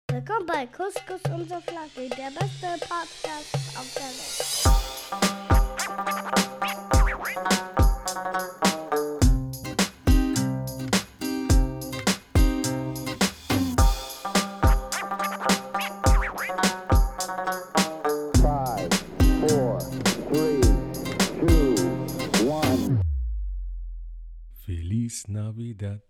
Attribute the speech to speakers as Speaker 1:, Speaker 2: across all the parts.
Speaker 1: Willkommen bei Couscous und Souvlaki, der beste Podcast auf der Welt.
Speaker 2: Five, four, three, two, one.
Speaker 3: Feliz Navidad.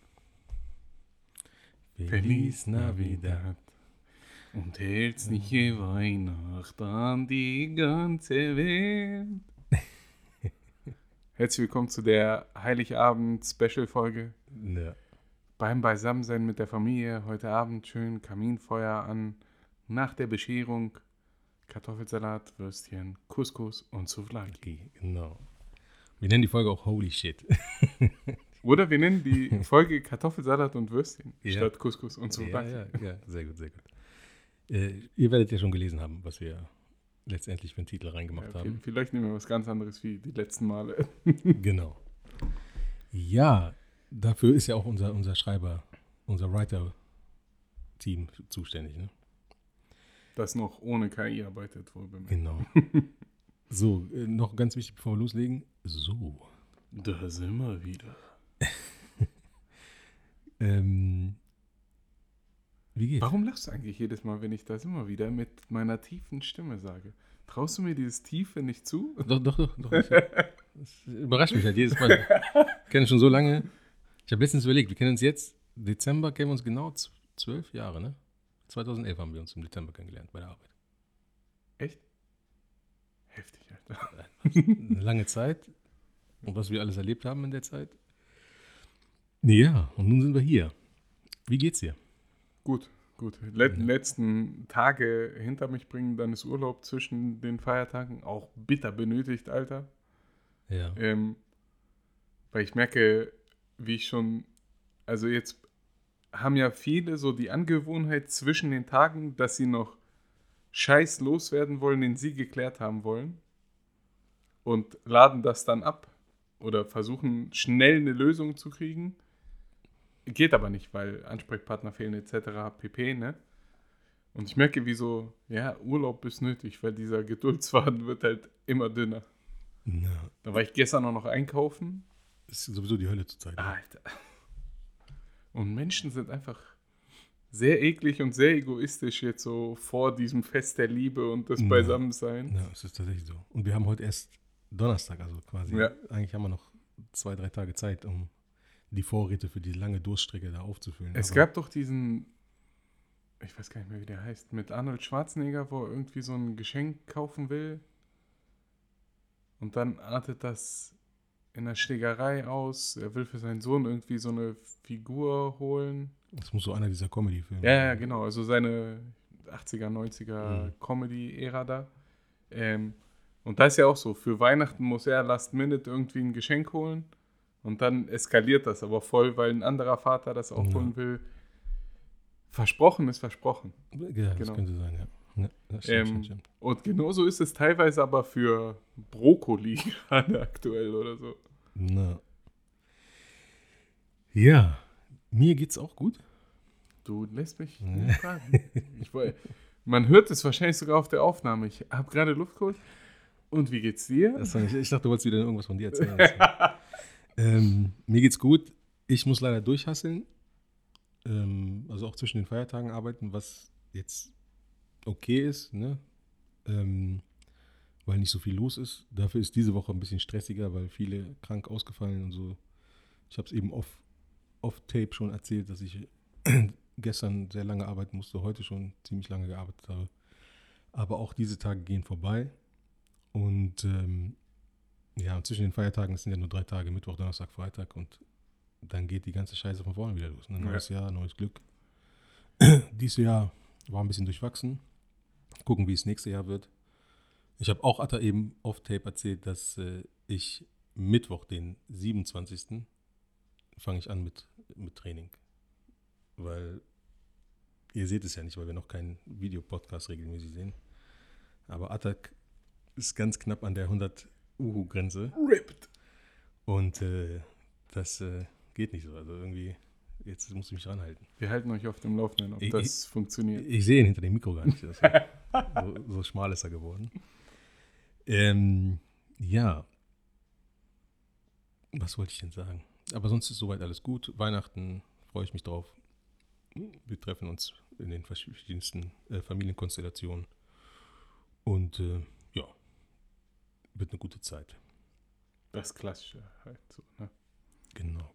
Speaker 4: Feliz Navidad und herzliche Weihnacht an die ganze Welt. Herzlich willkommen zu der Heiligabend-Special-Folge.
Speaker 3: Ja.
Speaker 4: Beim Beisammensein mit der Familie. Heute Abend schön Kaminfeuer an. Nach der Bescherung Kartoffelsalat, Würstchen, Couscous und Souvlaki.
Speaker 3: Okay, genau. Wir nennen die Folge auch Holy Shit.
Speaker 4: Oder wir nennen die Folge Kartoffelsalat und Würstchen
Speaker 3: Ja.
Speaker 4: statt Couscous und Souvlaki.
Speaker 3: Ja, sehr gut, sehr gut. Ihr werdet ja schon gelesen haben, was wir letztendlich für einen Titel reingemacht haben.
Speaker 4: Vielleicht nehmen wir was ganz anderes wie die letzten Male.
Speaker 3: Genau. Ja, dafür ist ja auch unser Schreiber, unser Writer-Team zuständig, ne?
Speaker 4: Das noch ohne KI arbeitet, wohl bemerkt.
Speaker 3: Genau. So, noch ganz wichtig, bevor wir loslegen. So.
Speaker 4: Da sind wir wieder.
Speaker 3: Wie geht's?
Speaker 4: Warum lachst du eigentlich jedes Mal, wenn ich das immer wieder mit meiner tiefen Stimme sage? Traust du mir dieses Tiefe nicht zu?
Speaker 3: Doch. Das überrascht mich halt jedes Mal. Ich kenne schon so lange. Ich habe letztens überlegt, wir kennen uns jetzt, Dezember kennen wir uns genau 12 Jahre, ne? 2011 haben wir uns im Dezember kennengelernt bei der Arbeit.
Speaker 4: Echt? Heftig, Alter.
Speaker 3: Eine lange Zeit. Und was wir alles erlebt haben in der Zeit. Ja, und nun sind wir hier. Wie geht's dir?
Speaker 4: Gut. Letzten Tage hinter mich bringen, dann ist Urlaub zwischen den Feiertagen. Auch bitter benötigt, Alter.
Speaker 3: Ja.
Speaker 4: Weil ich merke, also jetzt haben ja viele so die Angewohnheit zwischen den Tagen, dass sie noch Scheiß loswerden wollen, den sie geklärt haben wollen und laden das dann ab oder versuchen schnell eine Lösung zu kriegen. Geht aber nicht, weil Ansprechpartner fehlen etc. pp. Ne? Und ich merke, wie so, ja, Urlaub ist nötig, weil dieser Geduldsfaden wird halt immer dünner.
Speaker 3: Ja.
Speaker 4: Da war ich gestern auch noch einkaufen.
Speaker 3: Ist sowieso die Hölle zur Zeit.
Speaker 4: Alter. Und Menschen sind einfach sehr eklig und sehr egoistisch jetzt so vor diesem Fest der Liebe und des Beisammenseins.
Speaker 3: Ja, es ist tatsächlich so. Und wir haben heute erst Donnerstag, also quasi.
Speaker 4: Ja.
Speaker 3: Eigentlich haben wir noch 2-3 Tage Zeit, um die Vorräte für die lange Durststrecke da aufzufüllen.
Speaker 4: Es
Speaker 3: Aber
Speaker 4: gab doch diesen, ich weiß gar nicht mehr, wie der heißt, mit Arnold Schwarzenegger, wo er irgendwie so ein Geschenk kaufen will. Und dann artet das in einer Schlägerei aus. Er will für seinen Sohn irgendwie so eine Figur holen.
Speaker 3: das muss so einer dieser Comedy-Filme
Speaker 4: Ja, genau. Also seine 80er, 90er
Speaker 3: Mhm.
Speaker 4: Comedy-Ära da. Und da ist ja auch so, für Weihnachten muss er last minute irgendwie ein Geschenk holen. Und dann eskaliert das aber voll, weil ein anderer Vater das auch
Speaker 3: Ja.
Speaker 4: holen will. Versprochen ist versprochen.
Speaker 3: Ja, das
Speaker 4: Genau.
Speaker 3: könnte sein, ja. Ja, das stimmt.
Speaker 4: Und genauso ist es teilweise aber für Brokkoli gerade aktuell oder so.
Speaker 3: Na. Ja, mir geht's auch gut.
Speaker 4: Du lässt mich nicht fragen. Man hört es wahrscheinlich sogar auf der Aufnahme. Ich habe gerade Luft geholt. Und wie geht's dir?
Speaker 3: Ich dachte, du wolltest wieder irgendwas von dir erzählen. Mir geht's gut. Ich muss leider durchhasseln. Also auch zwischen den Feiertagen arbeiten, was jetzt okay ist, ne? Weil nicht so viel los ist. Dafür ist diese Woche ein bisschen stressiger, weil viele krank ausgefallen und so. Ich habe es eben off-Tape schon erzählt, dass ich gestern sehr lange arbeiten musste, heute schon ziemlich lange gearbeitet habe. Aber auch diese Tage gehen vorbei. Und ja, zwischen den Feiertagen, es sind ja nur 3 Tage, Mittwoch, Donnerstag, Freitag, und dann geht die ganze Scheiße von vorne wieder los. Ne? Neues Jahr, neues Glück. Dieses Jahr war ein bisschen durchwachsen. Gucken, wie es nächstes Jahr wird. Ich habe auch Atta eben off-Tape erzählt, dass ich Mittwoch, den 27. fange ich an mit Training. Weil ihr seht es ja nicht, weil wir noch keinen Videopodcast regelmäßig sehen. Aber Atta ist ganz knapp an der 100 Uhu-Grenze.
Speaker 4: Ripped.
Speaker 3: Und das geht nicht so. Also irgendwie Jetzt muss ich mich ranhalten.
Speaker 4: Wir halten euch auf dem Laufenden, ob das funktioniert.
Speaker 3: Ich sehe ihn hinter dem Mikro gar nicht. So schmal ist er geworden. Ja. Was wollte ich denn sagen? Aber sonst ist soweit alles gut. Weihnachten freue ich mich drauf. Wir treffen uns in den verschiedensten Familienkonstellationen. Und ja, wird eine gute Zeit.
Speaker 4: Das Klassische halt so, ne?
Speaker 3: Genau.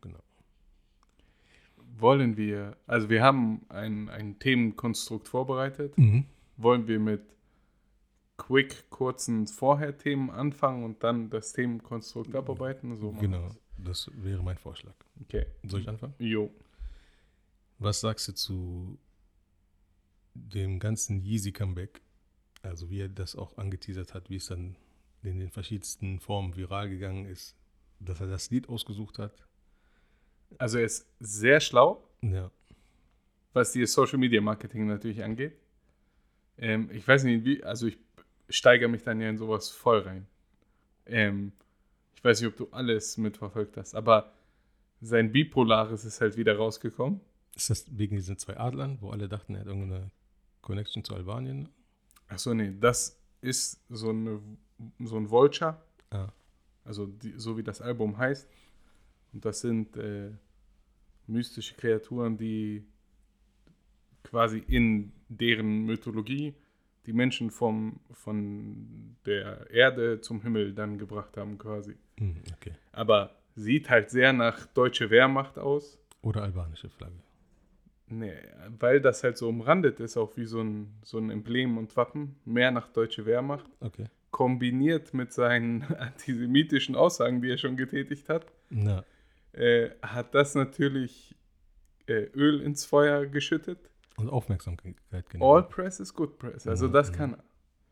Speaker 4: Wollen wir, also wir haben ein Themenkonstrukt vorbereitet. Wollen wir mit kurzen Vorher-Themen anfangen und dann das Themenkonstrukt abarbeiten? So
Speaker 3: Genau, das wäre mein Vorschlag.
Speaker 4: Okay.
Speaker 3: Soll ich anfangen?
Speaker 4: Jo.
Speaker 3: Was sagst du zu dem ganzen Yeezy-Comeback? Also wie er das auch angeteasert hat, wie es dann in den verschiedensten Formen viral gegangen ist, dass er das Lied ausgesucht hat.
Speaker 4: Also er ist sehr schlau,
Speaker 3: Ja.
Speaker 4: was die Social Media Marketing natürlich angeht. Ich weiß nicht, ich steigere mich dann ja in sowas voll rein. Ich weiß nicht, ob du alles mitverfolgt hast, aber sein Bipolares ist halt wieder rausgekommen.
Speaker 3: Ist das wegen diesen 2 Adlern, wo alle dachten, er hat irgendeine Connection zu Albanien?
Speaker 4: Achso, nee, das ist so ein Vulture,
Speaker 3: Ah,
Speaker 4: also so wie das Album heißt. Und das sind mystische Kreaturen, die quasi in deren Mythologie die Menschen von der Erde zum Himmel dann gebracht haben quasi.
Speaker 3: okay.
Speaker 4: Aber sieht halt sehr nach deutsche Wehrmacht aus.
Speaker 3: Oder albanische Flagge.
Speaker 4: Nee, weil das halt so umrandet ist, auch wie so ein Emblem und Wappen, mehr nach deutsche Wehrmacht.
Speaker 3: Okay.
Speaker 4: Kombiniert mit seinen antisemitischen Aussagen, die er schon getätigt hat,
Speaker 3: Na,
Speaker 4: hat das natürlich Öl ins Feuer geschüttet.
Speaker 3: und Aufmerksamkeit
Speaker 4: All
Speaker 3: generiert.
Speaker 4: press is good press. Also
Speaker 3: Ja,
Speaker 4: das
Speaker 3: ja.
Speaker 4: kann er.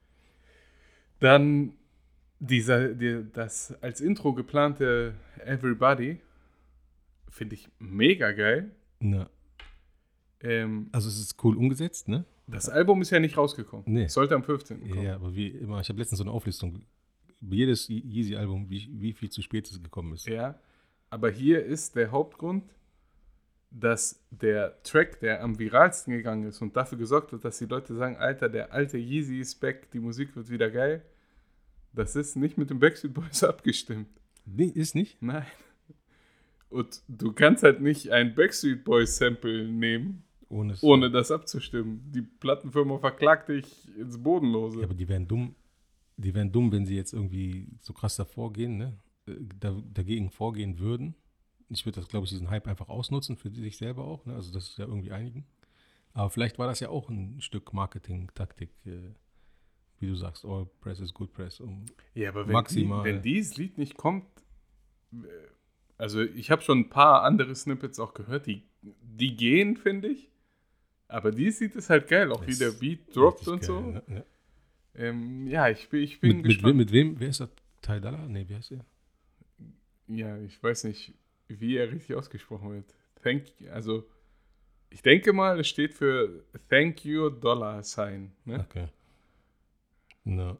Speaker 4: Dann das als Intro geplante Everybody finde ich mega geil.
Speaker 3: Na, also es ist cool umgesetzt, ne?
Speaker 4: Das Album ist ja nicht rausgekommen.
Speaker 3: Nee.
Speaker 4: Es sollte am 15. kommen.
Speaker 3: Ja, aber wie immer, ich habe letztens so eine Auflistung, jedes Yeezy-Album, wie viel zu spät es gekommen ist.
Speaker 4: Ja, aber hier ist der Hauptgrund, dass der Track, der am viralsten gegangen ist und dafür gesorgt hat, dass die Leute sagen, Alter, der alte Yeezy ist back, die Musik wird wieder geil, das ist nicht mit den Backstreet Boys abgestimmt.
Speaker 3: Nee, ist nicht?
Speaker 4: Nein. Und du kannst halt nicht ein Backstreet Boys Sample nehmen, ohne das abzustimmen. Die Plattenfirma verklagt dich ins Bodenlose.
Speaker 3: Ja, aber die wären dumm, wenn sie jetzt irgendwie so krass davor gehen, ne? Dagegen vorgehen würden. Ich würde das, glaube ich, diesen Hype einfach ausnutzen für sich selber auch, ne? Also das ist ja irgendwie einigen. Aber vielleicht war das ja auch ein Stück Marketing-Taktik, wie du sagst, all press is good press.
Speaker 4: Ja, aber
Speaker 3: maximal.
Speaker 4: wenn dieses Lied nicht kommt, also ich habe schon ein paar andere Snippets auch gehört, die gehen, finde ich. Aber dieses Lied ist halt geil, auch wie der Beat droppt und
Speaker 3: geil,
Speaker 4: so.
Speaker 3: ne?
Speaker 4: Ja, ich bin gespannt.
Speaker 3: Mit wem? Wer ist das? Ty Dolla? Nee, wie heißt er?
Speaker 4: Ja, ich weiß nicht, wie er richtig ausgesprochen wird. Also ich denke mal, es steht für Thank You Dollar Sign. Ne?
Speaker 3: Okay. No.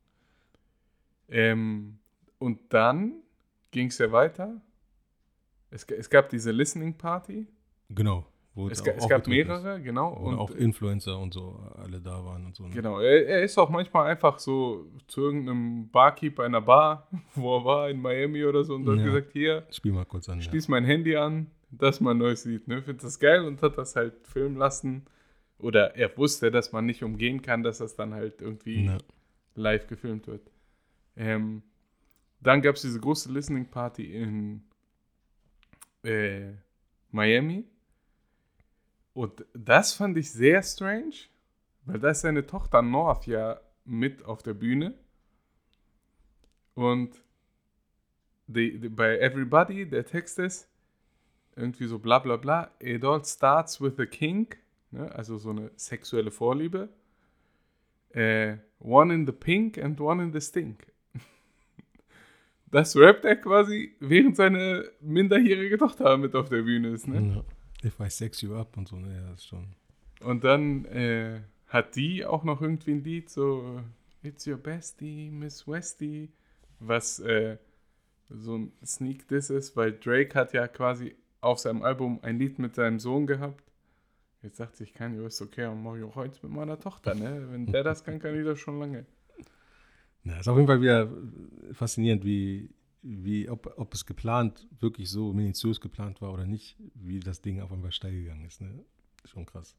Speaker 4: Und dann ging es ja weiter. Es gab diese Listening Party.
Speaker 3: Genau. Wo
Speaker 4: Es
Speaker 3: auch
Speaker 4: gab
Speaker 3: aufgetreten
Speaker 4: mehrere, genau.
Speaker 3: ist. Und auch Influencer und so alle da waren und so. Ne?
Speaker 4: Genau, er ist auch manchmal einfach so zu irgendeinem Barkeeper einer Bar, wo er war, in Miami oder so, und hat
Speaker 3: Ja.
Speaker 4: gesagt, hier,
Speaker 3: Spiel mal kurz an.
Speaker 4: schließ mein Handy an, das ist mein neues Lied. Ne? Findet das geil und hat das halt filmen lassen. Oder er wusste, dass man nicht umgehen kann, dass das dann halt irgendwie
Speaker 3: Ja.
Speaker 4: live gefilmt wird. Dann gab es diese große Listening Party in Miami. Und das fand ich sehr strange, weil da ist seine Tochter North ja mit auf der Bühne. Und bei Everybody, der Text ist irgendwie so bla bla bla, it all starts with a kink, ne? Also so eine sexuelle Vorliebe. One in the pink and one in the stink. Das rappt er quasi, während seine minderjährige Tochter mit auf der Bühne ist, ne?
Speaker 3: Ja. If I sex you up und so, ne, ja, das ist schon.
Speaker 4: Und dann hat die auch noch irgendwie ein Lied, so It's your bestie, Miss Westie, was so ein Sneak Diss ist, weil Drake hat ja quasi auf seinem Album ein Lied mit seinem Sohn gehabt. Jetzt sagt sich Kanye West, okay, dann mache ich auch heute mit meiner Tochter, ne? Wenn der das kann ich das schon lange.
Speaker 3: Ja, ist auf jeden Fall wieder faszinierend, ob es geplant, wirklich so minutiös geplant war oder nicht, wie das Ding auf einmal steil gegangen ist. Ne? Schon krass.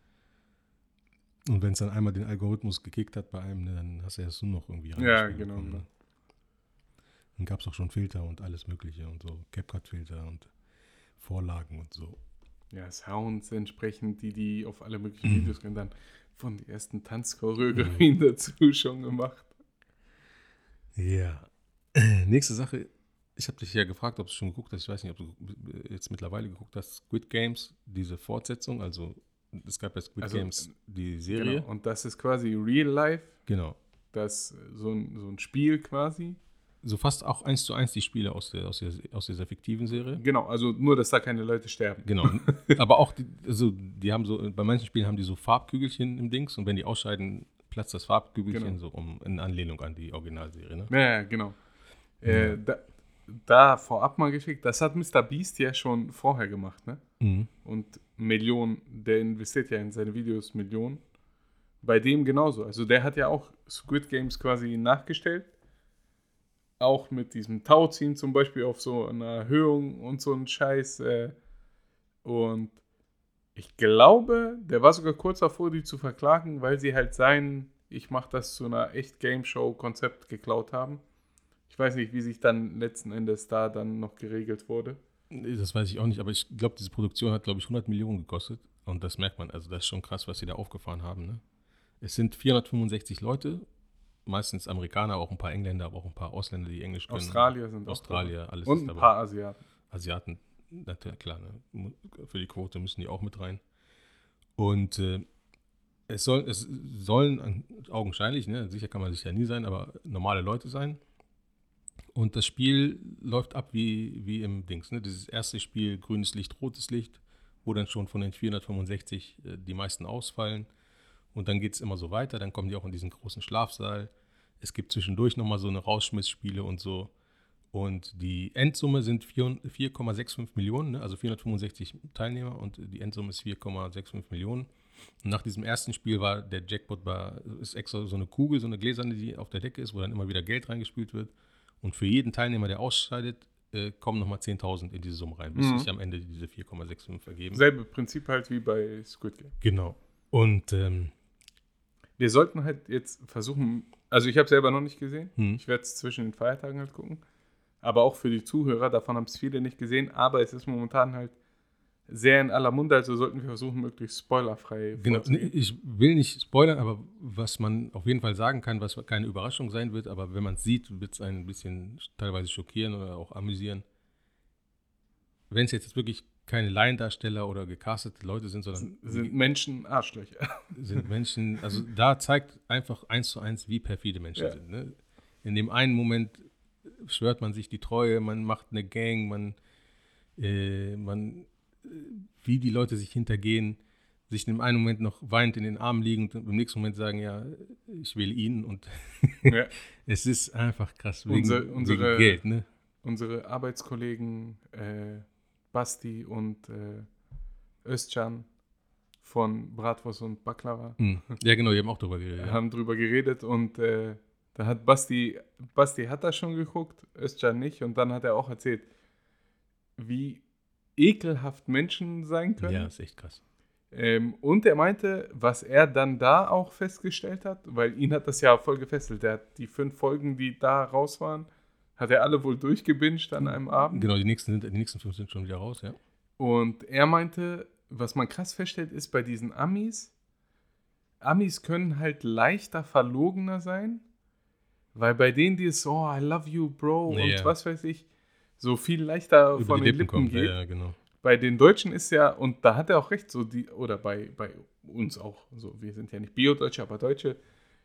Speaker 3: Und wenn es dann einmal den Algorithmus gekickt hat bei einem, ne, dann hast du das nur noch irgendwie
Speaker 4: Ja,
Speaker 3: reingespielt
Speaker 4: genau,
Speaker 3: bekommen,
Speaker 4: genau.
Speaker 3: ne? Dann gab es auch schon Filter und alles Mögliche und so, CapCut-Filter und Vorlagen und so.
Speaker 4: Ja, Sounds entsprechend, die auf alle möglichen Videos gehen, dann von den ersten Tanzchoreografien dazu schon gemacht.
Speaker 3: Ja. Nächste Sache, ich habe dich ja gefragt, ob du schon geguckt hast, ich weiß nicht, ob du jetzt mittlerweile geguckt hast, Squid Games, diese Fortsetzung, also es gab ja Squid
Speaker 4: Also,
Speaker 3: Games, die Serie.
Speaker 4: Genau. Und das ist quasi Real Life,
Speaker 3: Genau.
Speaker 4: das so ein Spiel quasi.
Speaker 3: So fast auch 1:1 die Spiele aus dieser fiktiven Serie.
Speaker 4: Genau, also nur, dass da keine Leute sterben.
Speaker 3: Genau. Aber auch, die haben so, bei manchen Spielen haben die so Farbkügelchen im Dings und wenn die ausscheiden, platzt das Farbkügelchen
Speaker 4: Genau.
Speaker 3: so in Anlehnung an die Originalserie. Ne?
Speaker 4: Ja, genau.
Speaker 3: Ja.
Speaker 4: Da vorab mal geschickt, das hat Mr. Beast ja schon vorher gemacht, ne?
Speaker 3: Mhm.
Speaker 4: Und Millionen, der investiert ja in seine Videos Millionen. Bei dem genauso. Also der hat ja auch Squid Games quasi nachgestellt. Auch mit diesem Tauziehen zum Beispiel auf so einer Erhöhung und so ein Scheiß. Und ich glaube, der war sogar kurz davor, die zu verklagen, weil sie halt ich mache das zu einer echt Game-Show-Konzept geklaut haben. Ich weiß nicht, wie sich dann letzten Endes da dann noch geregelt wurde.
Speaker 3: Das weiß ich auch nicht, aber ich glaube, diese Produktion hat, glaube ich, 100 Millionen gekostet. Und das merkt man, also das ist schon krass, was sie da aufgefahren haben. Ne? Es sind 465 Leute, meistens Amerikaner, auch ein paar Engländer, aber auch ein paar Ausländer, die Englisch können.
Speaker 4: Australier sind
Speaker 3: Australier, alles
Speaker 4: und
Speaker 3: ist
Speaker 4: ein
Speaker 3: dabei.
Speaker 4: paar Asiaten.
Speaker 3: Asiaten, natürlich, klar, ne? Für die Quote müssen die auch mit rein. Und es sollen augenscheinlich, ne? Sicher kann man sich ja nie sein, aber normale Leute sein. Und das Spiel läuft ab wie im Dings. Ne? Dieses erste Spiel, grünes Licht, rotes Licht, wo dann schon von den 465 die meisten ausfallen. Und dann geht es immer so weiter. Dann kommen die auch in diesen großen Schlafsaal. Es gibt zwischendurch nochmal so eine Rausschmissspiele und so. Und die Endsumme sind 4,65 Millionen, ne? Also 465 Teilnehmer und die Endsumme ist 4,65 Millionen. Und nach diesem ersten Spiel war der Jackpot, ist extra so eine Kugel, so eine gläserne, die auf der Decke ist, wo dann immer wieder Geld reingespült wird. Und für jeden Teilnehmer, der ausscheidet, kommen nochmal 10.000 in diese Summe rein, bis sich am Ende diese 4,65 ergeben.
Speaker 4: Selbe Prinzip halt wie bei Squid Game.
Speaker 3: Genau. Und
Speaker 4: Wir sollten halt jetzt versuchen, also ich habe es selber noch nicht gesehen.
Speaker 3: Hm.
Speaker 4: Ich werde es zwischen den Feiertagen halt gucken. Aber auch für die Zuhörer, davon haben es viele nicht gesehen. Aber es ist momentan halt sehr in aller Munde, also sollten wir versuchen, möglichst spoilerfrei
Speaker 3: genau,
Speaker 4: vorzugehen.
Speaker 3: ich will nicht spoilern, aber was man auf jeden Fall sagen kann, was keine Überraschung sein wird, aber wenn man es sieht, wird es einen ein bisschen teilweise schockieren oder auch amüsieren. Wenn es jetzt wirklich keine Laiendarsteller oder gecastete Leute sind, sondern
Speaker 4: Sind Menschen Arschlöcher.
Speaker 3: sind Menschen, also da zeigt einfach 1:1, wie perfide Menschen
Speaker 4: Ja.
Speaker 3: sind. Ne? In dem einen Moment schwört man sich die Treue, man macht eine Gang, wie die Leute sich hintergehen, sich in dem einen Moment noch weinend in den Armen liegen und im nächsten Moment sagen, ja, ich will ihn und
Speaker 4: Ja.
Speaker 3: es ist einfach krass wegen
Speaker 4: Unsere-
Speaker 3: Geld, ne?
Speaker 4: Unsere Arbeitskollegen Basti und Özcan von Bratwurst und Baklava
Speaker 3: Ja, genau, die haben auch drüber geredet. Ja.
Speaker 4: haben drüber geredet und da hat Basti hat das schon geguckt, Özcan nicht und dann hat er auch erzählt, wie ekelhaft Menschen sein können.
Speaker 3: Ja, ist echt krass.
Speaker 4: Und er meinte, was er dann da auch festgestellt hat, weil ihn hat das ja voll gefesselt. Der hat die 5 Folgen, die da raus waren, hat er alle wohl durchgebinged an einem Abend.
Speaker 3: Genau, die nächsten 5 sind schon wieder raus, ja.
Speaker 4: Und er meinte, was man krass feststellt, ist bei diesen Amis können halt leichter verlogener sein, weil bei denen, die ist I love you, Bro,
Speaker 3: Ja.
Speaker 4: und was weiß ich, so viel leichter
Speaker 3: Über
Speaker 4: von
Speaker 3: die
Speaker 4: den Lippen
Speaker 3: kommt,
Speaker 4: geht.
Speaker 3: ja, genau.
Speaker 4: Bei den Deutschen ist ja, und da hat er auch recht, oder bei uns auch, so, wir sind ja nicht Bio-Deutsche, aber Deutsche,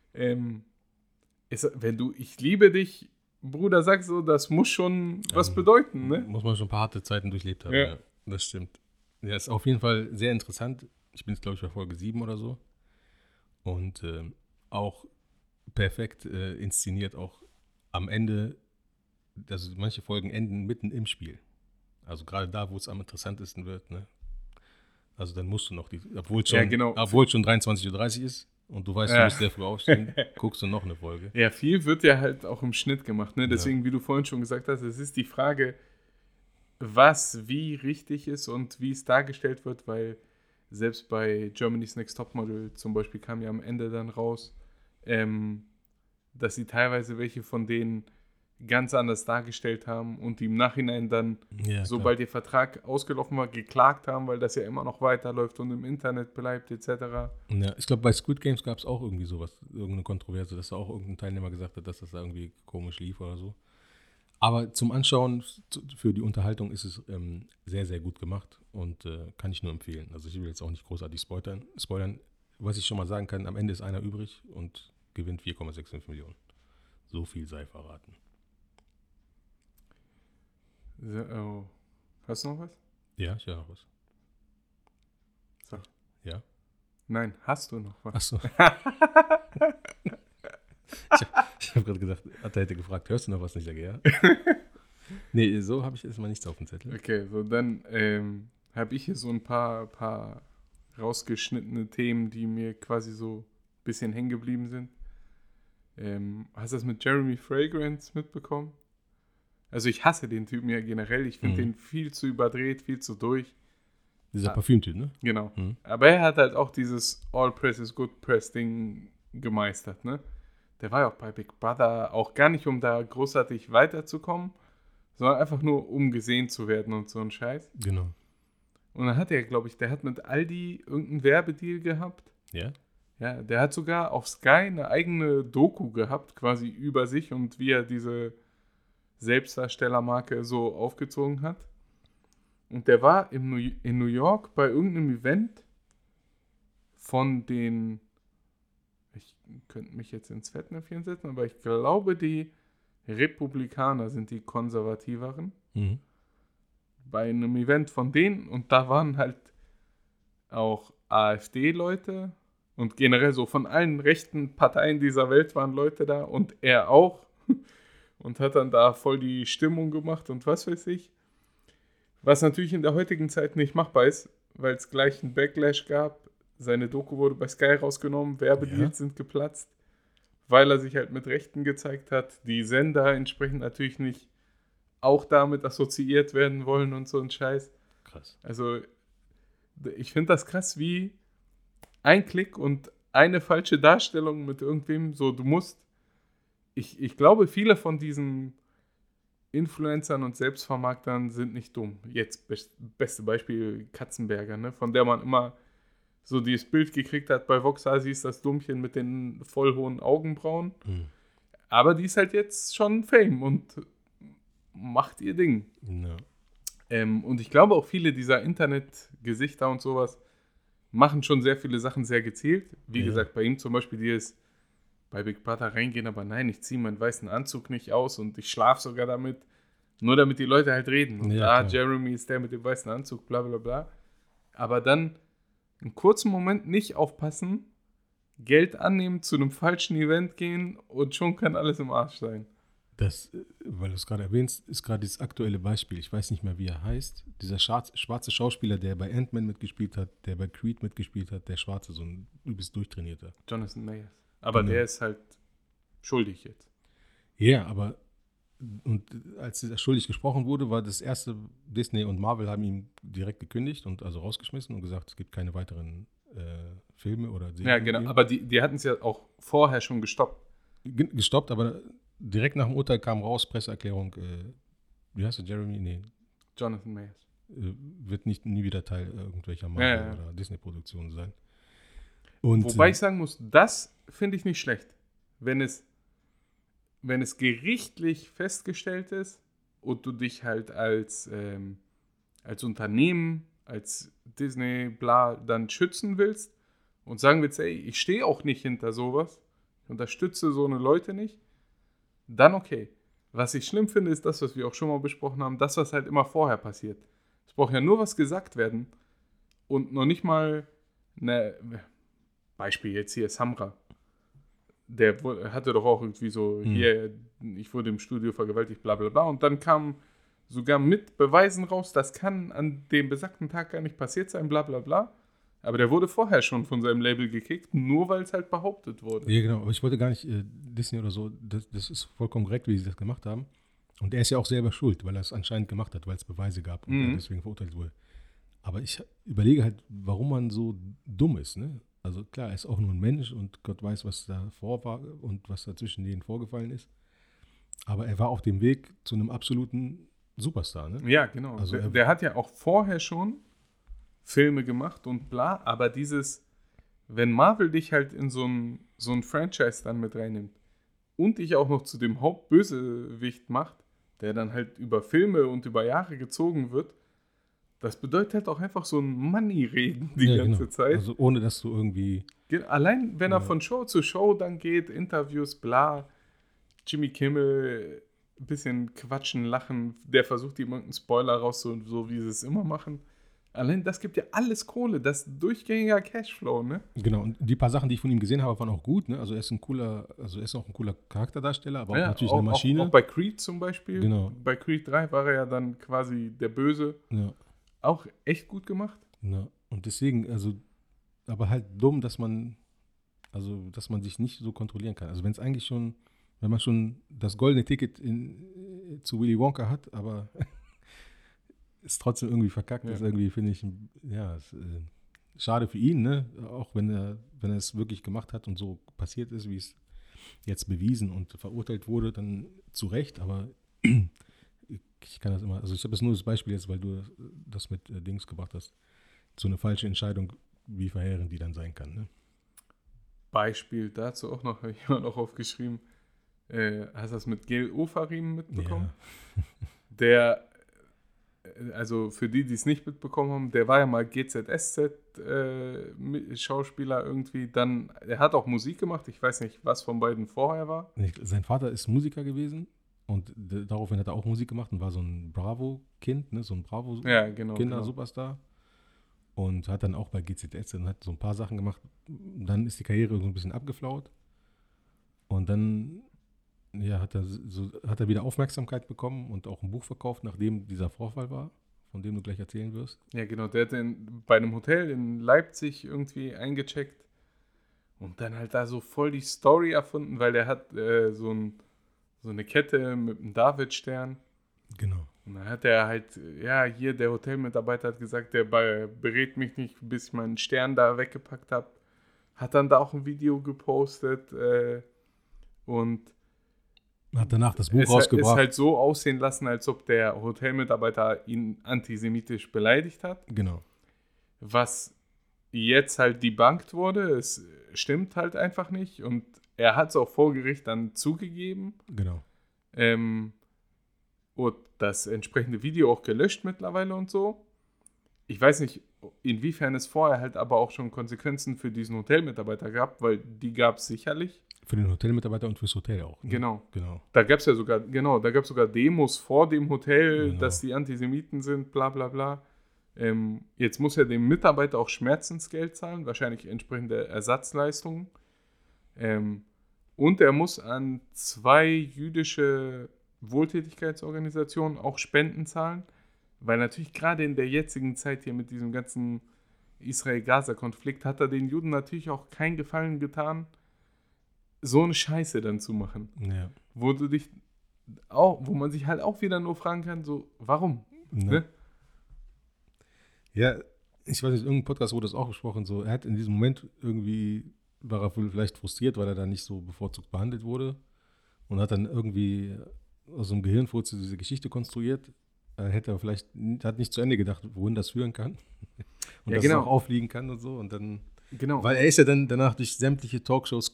Speaker 4: wenn du ich liebe dich, Bruder, sagst so, das muss schon was bedeuten, ne?
Speaker 3: Muss man schon ein paar harte Zeiten durchlebt haben,
Speaker 4: Ja.
Speaker 3: ja. Das stimmt. Ja, ist auf jeden Fall sehr interessant. Ich bin jetzt, glaube ich, bei Folge 7 oder so. Und auch perfekt inszeniert, auch am Ende, also manche Folgen enden mitten im Spiel. Also gerade da, wo es am interessantesten wird, ne? Also dann musst du noch obwohl es
Speaker 4: Ja,
Speaker 3: schon,
Speaker 4: genau.
Speaker 3: 23:30 Uhr ist und du weißt, du
Speaker 4: Ja.
Speaker 3: musst sehr früh aufstehen, guckst du noch eine Folge.
Speaker 4: Ja, viel wird ja halt auch im Schnitt gemacht. Ne? Deswegen, wie du vorhin schon gesagt hast, es ist die Frage, was wie richtig ist und wie es dargestellt wird, weil selbst bei Germany's Next Topmodel zum Beispiel kam ja am Ende dann raus, dass sie teilweise welche von denen ganz anders dargestellt haben und die im Nachhinein dann,
Speaker 3: Ja,
Speaker 4: sobald ihr Vertrag ausgelaufen war, geklagt haben, weil das ja immer noch weiterläuft und im Internet bleibt etc.
Speaker 3: Ja, ich glaube, bei Squid Games gab es auch irgendwie sowas, irgendeine Kontroverse, dass da auch irgendein Teilnehmer gesagt hat, dass das da irgendwie komisch lief oder so. Aber zum Anschauen, für die Unterhaltung ist es sehr, sehr gut gemacht und kann ich nur empfehlen. Also ich will jetzt auch nicht großartig spoilern. Was ich schon mal sagen kann, am Ende ist einer übrig und gewinnt 4,65 Millionen. So viel sei verraten.
Speaker 4: So, oh. Hast du noch was?
Speaker 3: Ja, ich höre noch was.
Speaker 4: So.
Speaker 3: Ja?
Speaker 4: Nein, hast du noch was?
Speaker 3: Achso. Ich habe gerade gesagt, Atta hätte gefragt, hörst du noch was? Und ich sage, ja. Nee, so habe ich erstmal nichts auf dem Zettel.
Speaker 4: Okay, so dann habe ich hier so ein paar rausgeschnittene Themen, die mir quasi so ein bisschen hängen geblieben sind. Hast du das mit Jeremy Fragrance mitbekommen? Also ich hasse den Typen ja generell. Ich finde den viel zu überdreht, viel zu durch.
Speaker 3: Dieser Parfümtyp, ne?
Speaker 4: Genau.
Speaker 3: Mhm.
Speaker 4: Aber er hat halt auch dieses All Press is Good Press Ding gemeistert, ne? Der war ja auch bei Big Brother, auch gar nicht, um da großartig weiterzukommen, sondern einfach nur, um gesehen zu werden und so ein Scheiß.
Speaker 3: Genau.
Speaker 4: Und dann hat er, glaube ich, der hat mit Aldi irgendeinen Werbedeal gehabt.
Speaker 3: Ja?
Speaker 4: Ja, der hat sogar auf Sky eine eigene Doku gehabt, quasi über sich und wie er diese Selbstdarstellermarke so aufgezogen hat. Und der war in New York bei irgendeinem Event von den, ich könnte mich jetzt ins Fettnäpfchen setzen, aber ich glaube, die Republikaner sind die konservativeren.
Speaker 3: Mhm.
Speaker 4: Bei einem Event von denen und da waren halt auch AfD-Leute und generell so von allen rechten Parteien dieser Welt waren Leute da und er auch und hat dann da voll die Stimmung gemacht und was weiß ich. Was natürlich in der heutigen Zeit nicht machbar ist, weil es gleich einen Backlash gab. Seine Doku wurde bei Sky rausgenommen, Werbedeals sind geplatzt, weil er sich halt mit Rechten gezeigt hat. Die Sender entsprechend natürlich nicht auch damit assoziiert werden wollen und so ein Scheiß.
Speaker 3: Krass.
Speaker 4: Also ich finde das krass, wie ein Klick und eine falsche Darstellung mit irgendwem, so du musst, ich glaube, viele von diesen Influencern und Selbstvermarktern sind nicht dumm. Jetzt beste Beispiel Katzenberger, ne? Von der man immer so dieses Bild gekriegt hat bei Vox ist das Dummchen mit den voll hohen Augenbrauen.
Speaker 3: Mhm.
Speaker 4: Aber die ist halt jetzt schon Fame und macht ihr Ding.
Speaker 3: Ja.
Speaker 4: Und ich glaube auch viele dieser Internetgesichter und sowas machen schon sehr viele Sachen sehr gezielt. Wie gesagt, bei ihm zum Beispiel dieses bei Big Brother reingehen, aber nein, ich ziehe meinen weißen Anzug nicht aus und ich schlafe sogar damit, nur damit die Leute halt reden. Und
Speaker 3: Ja, klar.
Speaker 4: Jeremy ist der mit dem weißen Anzug, bla bla bla. Aber dann einen kurzen Moment nicht aufpassen, Geld annehmen, zu einem falschen Event gehen und schon kann alles im Arsch sein.
Speaker 3: Das, weil du es gerade erwähnst, ist gerade dieses aktuelle Beispiel. Ich weiß nicht mehr, wie er heißt. Dieser schwarze Schauspieler, der bei Ant-Man mitgespielt hat, der bei Creed mitgespielt hat, der Schwarze, so ein übelst durchtrainierter.
Speaker 4: Jonathan Mayers. Aber
Speaker 3: Genau.
Speaker 4: der ist halt schuldig jetzt.
Speaker 3: Ja, aber und als er schuldig gesprochen wurde, war das erste, Disney und Marvel haben ihn direkt gekündigt und also rausgeschmissen und gesagt, es gibt keine weiteren Filme oder Serien.
Speaker 4: Ja, genau.
Speaker 3: mit ihm.
Speaker 4: Aber die hatten es ja auch vorher schon gestoppt.
Speaker 3: Gestoppt, aber direkt nach dem Urteil kam raus, Presseerklärung, wie heißt du, Jeremy? Nee,
Speaker 4: Jonathan Mayers.
Speaker 3: wird nie wieder Teil irgendwelcher
Speaker 4: Ja,
Speaker 3: Marvel-
Speaker 4: ja.
Speaker 3: oder Disney-Produktionen sein. Und,
Speaker 4: Wobei ich sagen muss, das finde ich nicht schlecht. Wenn es gerichtlich festgestellt ist und du dich halt als Unternehmen, als Disney, bla, dann schützen willst und sagen willst, ey, ich stehe auch nicht hinter sowas, ich unterstütze so eine Leute nicht, dann okay. Was ich schlimm finde, ist das, was wir auch schon mal besprochen haben, das, was halt immer vorher passiert. Es braucht ja nur was gesagt werden und noch nicht mal Beispiel jetzt hier Samra. Der hatte doch auch irgendwie so, hier, ich wurde im Studio vergewaltigt, bla bla bla. Und dann kam sogar mit Beweisen raus, das kann an dem besagten Tag gar nicht passiert sein, bla bla bla. Aber der wurde vorher schon von seinem Label gekickt, nur weil es halt behauptet wurde.
Speaker 3: Ja, genau. Aber ich wollte gar nicht Disney oder so, das ist vollkommen korrekt, wie sie das gemacht haben. Und er ist ja auch selber schuld, weil er es anscheinend gemacht hat, weil es Beweise gab und er deswegen verurteilt wurde. Aber ich überlege halt, warum man so dumm ist. Ne? Also klar, er ist auch nur ein Mensch und Gott weiß, was da vor war und was da zwischen denen vorgefallen ist. Aber er war auf dem Weg zu einem absoluten Superstar. Ne?
Speaker 4: Ja, genau.
Speaker 3: Also
Speaker 4: der hat ja auch vorher schon Filme gemacht und bla, aber wenn Marvel dich halt in so ein Franchise dann mit reinnimmt und dich auch noch zu dem Hauptbösewicht macht, der dann halt über Filme und über Jahre gezogen wird, das bedeutet halt auch einfach so ein Money-Regen die ganze Zeit.
Speaker 3: Also ohne, dass du irgendwie...
Speaker 4: Allein, wenn er von Show zu Show dann geht, Interviews, bla, Jimmy Kimmel, ein bisschen quatschen, lachen, der versucht ihm irgendeinen Spoiler rauszuholen, so wie sie es immer machen. Allein das gibt ja alles Kohle, das ist durchgängiger Cashflow, ne?
Speaker 3: Genau, und die paar Sachen, die ich von ihm gesehen habe, waren auch gut, ne? Also er ist auch ein cooler Charakterdarsteller, aber auch natürlich eine Maschine.
Speaker 4: Auch bei Creed zum Beispiel.
Speaker 3: Genau.
Speaker 4: Bei Creed 3 war er ja dann quasi der Böse.
Speaker 3: Ja.
Speaker 4: Auch echt gut gemacht.
Speaker 3: Ja. Und deswegen, also, aber halt dumm, dass man sich nicht so kontrollieren kann. Also wenn man schon das goldene Ticket zu Willy Wonka hat, aber ist trotzdem irgendwie verkackt, ist irgendwie, finde ich, schade für ihn, ne? Auch wenn er es wirklich gemacht hat und so passiert ist, wie es jetzt bewiesen und verurteilt wurde, dann zu Recht, aber ich kann das immer, also ich habe das nur das Beispiel jetzt, weil du das mit Dings gebracht hast, so eine falsche Entscheidung, wie verheerend die dann sein kann, ne?
Speaker 4: Beispiel dazu auch noch, habe ich immer noch aufgeschrieben, hast du das mit Gil Ofarim mitbekommen?
Speaker 3: Ja.
Speaker 4: Der, also für die es nicht mitbekommen haben, der war ja mal GZSZ-Schauspieler irgendwie. Dann, er hat auch Musik gemacht. Ich weiß nicht, was von beiden vorher war.
Speaker 3: Sein Vater ist Musiker gewesen und daraufhin hat er auch Musik gemacht und war so ein Bravo-Kind, ne? So ein Bravo-Kinder-Superstar. Und hat dann auch bei GZSZ und hat so ein paar Sachen gemacht. Dann ist die Karriere so ein bisschen abgeflaut. Und dann hat er wieder Aufmerksamkeit bekommen und auch ein Buch verkauft, nachdem dieser Vorfall war, von dem du gleich erzählen wirst.
Speaker 4: Ja, genau. Der hat bei einem Hotel in Leipzig irgendwie eingecheckt und dann halt da so voll die Story erfunden, weil der hat so eine Kette mit einem Davidstern.
Speaker 3: Genau.
Speaker 4: Und dann hat er halt, hier der Hotelmitarbeiter hat gesagt, der berät mich nicht, bis ich meinen Stern da weggepackt habe. Hat dann da auch ein Video gepostet und
Speaker 3: hat danach das Buch rausgebracht.
Speaker 4: Es halt so aussehen lassen, als ob der Hotelmitarbeiter ihn antisemitisch beleidigt hat.
Speaker 3: Genau.
Speaker 4: Was jetzt halt debunked wurde, es stimmt halt einfach nicht. Und er hat es auch vor Gericht dann zugegeben.
Speaker 3: Genau.
Speaker 4: Und das entsprechende Video auch gelöscht mittlerweile und so. Ich weiß nicht, inwiefern es vorher halt aber auch schon Konsequenzen für diesen Hotelmitarbeiter gab, weil die gab es sicherlich.
Speaker 3: Für den Hotelmitarbeiter und fürs Hotel auch. Ne?
Speaker 4: Genau.
Speaker 3: Genau.
Speaker 4: Da gab es ja sogar Demos vor dem Hotel,
Speaker 3: Genau.
Speaker 4: dass die Antisemiten sind, bla bla bla. Jetzt muss er dem Mitarbeiter auch Schmerzensgeld zahlen, wahrscheinlich entsprechende Ersatzleistungen. Und er muss an 2 jüdische Wohltätigkeitsorganisationen auch Spenden zahlen, weil natürlich gerade in der jetzigen Zeit hier mit diesem ganzen Israel-Gaza-Konflikt hat er den Juden natürlich auch keinen Gefallen getan, so eine Scheiße dann zu machen.
Speaker 3: Ja.
Speaker 4: Wo man sich halt auch wieder nur fragen kann, so, warum? Ne?
Speaker 3: Ja, ich weiß nicht, irgendein Podcast wurde das auch besprochen, so, er hat in diesem Moment irgendwie, war er vielleicht frustriert, weil er da nicht so bevorzugt behandelt wurde und hat dann irgendwie aus dem Gehirnfurz diese Geschichte konstruiert. Hat nicht zu Ende gedacht, wohin das führen kann. Und dass es auch aufliegen kann und so. Und dann, weil er ist ja dann danach durch sämtliche Talkshows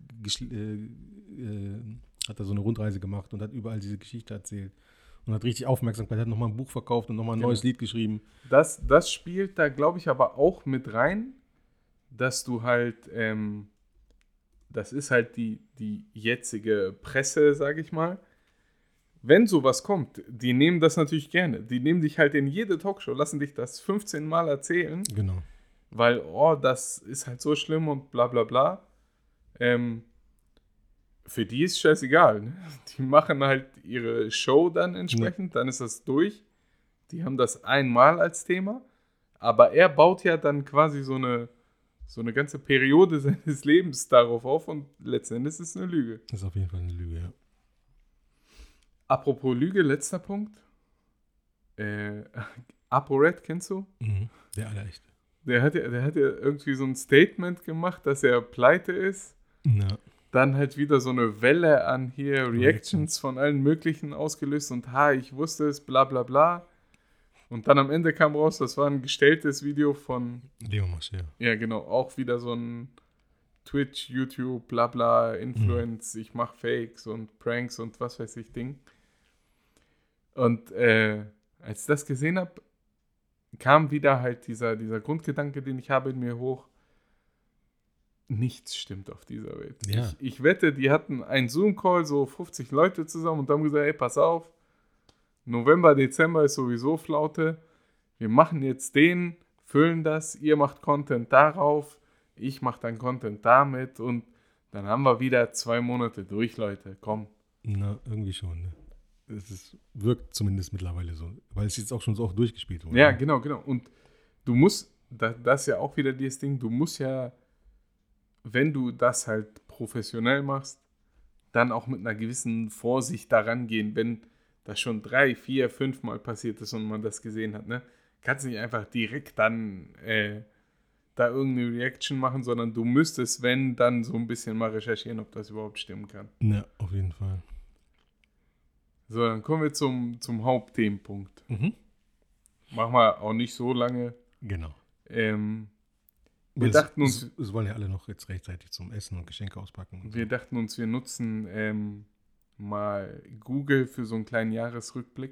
Speaker 3: hat er so eine Rundreise gemacht und hat überall diese Geschichte erzählt. Und hat richtig Aufmerksamkeit, hat nochmal ein Buch verkauft und nochmal ein neues Lied geschrieben.
Speaker 4: Das spielt da, glaube ich, aber auch mit rein, dass du halt, das ist halt die jetzige Presse, sage ich mal. Wenn sowas kommt, die nehmen das natürlich gerne. Die nehmen dich halt in jede Talkshow, lassen dich das 15 Mal erzählen.
Speaker 3: Genau.
Speaker 4: Weil, das ist halt so schlimm und bla bla bla. für die ist scheißegal. Ne? Die machen halt ihre Show dann entsprechend, dann ist das durch. Die haben das einmal als Thema, aber er baut ja dann quasi so eine ganze Periode seines Lebens darauf auf und letzten Endes ist es eine Lüge.
Speaker 3: Das ist auf jeden Fall eine Lüge, ja.
Speaker 4: Apropos Lüge, letzter Punkt. ApoRed, kennst du?
Speaker 3: Mhm. Der Allerechte.
Speaker 4: Der hat ja irgendwie so ein Statement gemacht, dass er pleite ist.
Speaker 3: Ja.
Speaker 4: Dann halt wieder so eine Welle an hier Reactions von allen möglichen ausgelöst und ich wusste es, bla bla bla. Und dann am Ende kam raus, das war ein gestelltes Video von
Speaker 3: Leo Mascher.
Speaker 4: Ja, genau, auch wieder so ein Twitch, YouTube, bla bla, Influence, ich mache Fakes und Pranks und was weiß ich Ding. Und als ich das gesehen habe, kam wieder halt dieser Grundgedanke, den ich habe in mir hoch. Nichts stimmt auf dieser Welt.
Speaker 3: Ja.
Speaker 4: Ich wette, die hatten einen Zoom-Call, so 50 Leute zusammen und haben gesagt, ey, pass auf, November, Dezember ist sowieso Flaute. Wir machen jetzt füllen das, ihr macht Content darauf, ich mache dann Content damit und dann haben wir wieder 2 Monate durch, Leute. Komm.
Speaker 3: Na, irgendwie schon, ne? Wirkt zumindest mittlerweile so, weil es jetzt auch schon so oft durchgespielt wurde.
Speaker 4: Ja, genau. Und du musst, das ist ja auch wieder dieses Ding, du musst ja, wenn du das halt professionell machst, dann auch mit einer gewissen Vorsicht daran gehen, wenn das schon 3, 4, 5 Mal passiert ist und man das gesehen hat, ne? Kannst nicht einfach direkt dann da irgendeine Reaction machen, sondern du müsstest, wenn, dann so ein bisschen mal recherchieren, ob das überhaupt stimmen kann.
Speaker 3: Ja, auf jeden Fall.
Speaker 4: So, dann kommen wir zum Hauptthemenpunkt.
Speaker 3: Mhm.
Speaker 4: Machen wir auch nicht so lange.
Speaker 3: Genau.
Speaker 4: Wir dachten uns,
Speaker 3: es wollen ja alle noch jetzt rechtzeitig zum Essen und Geschenke auspacken. Und
Speaker 4: wir dachten uns, wir nutzen mal Google für so einen kleinen Jahresrückblick.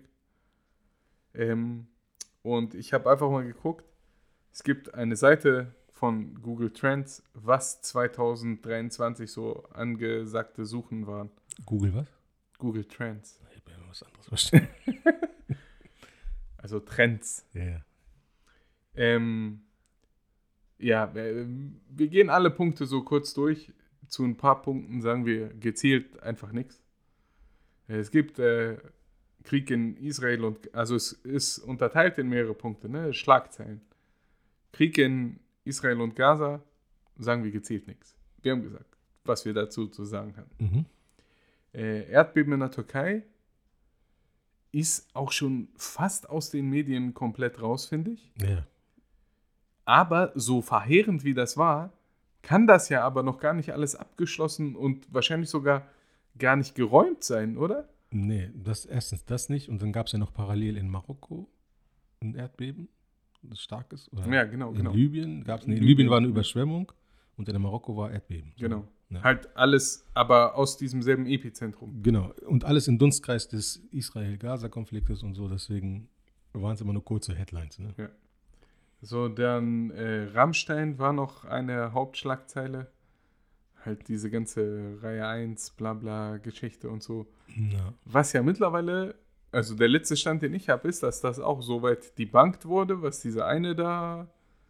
Speaker 4: Und ich habe einfach mal geguckt, es gibt eine Seite von Google Trends, was 2023 so angesagte Suchen waren.
Speaker 3: Google was?
Speaker 4: Google Trends.
Speaker 3: Ich habe ja was anderes verstanden.
Speaker 4: Also Trends.
Speaker 3: Ja.
Speaker 4: Wir gehen alle Punkte so kurz durch. Zu ein paar Punkten sagen wir gezielt einfach nichts. Es gibt Krieg in Israel also es ist unterteilt in mehrere Punkte, ne? Schlagzeilen. Krieg in Israel und Gaza, sagen wir gezielt nichts. Wir haben gesagt, was wir dazu zu sagen haben.
Speaker 3: Mhm.
Speaker 4: Erdbeben in der Türkei ist auch schon fast aus den Medien komplett raus, finde ich.
Speaker 3: Ja.
Speaker 4: Aber so verheerend wie das war, kann das ja aber noch gar nicht alles abgeschlossen und wahrscheinlich sogar gar nicht geräumt sein, oder?
Speaker 3: Nee, erstens das nicht. Und dann gab es ja noch parallel in Marokko ein Erdbeben, das stark ist. Oder
Speaker 4: Ja, genau.
Speaker 3: in Libyen gab es, in Libyen war eine Überschwemmung und in Marokko war Erdbeben.
Speaker 4: Genau.
Speaker 3: Ja.
Speaker 4: Halt alles, aber aus diesem selben Epizentrum.
Speaker 3: Genau. Und alles im Dunstkreis des Israel-Gaza-Konfliktes und so. Deswegen waren es immer nur kurze Headlines. Ne?
Speaker 4: Ja. So, dann Rammstein war noch eine Hauptschlagzeile. Halt diese ganze Reihe 1, Blabla, Geschichte und so.
Speaker 3: Ja.
Speaker 4: Was ja mittlerweile, also der letzte Stand, den ich habe, ist, dass das auch soweit debunked wurde, was diese eine da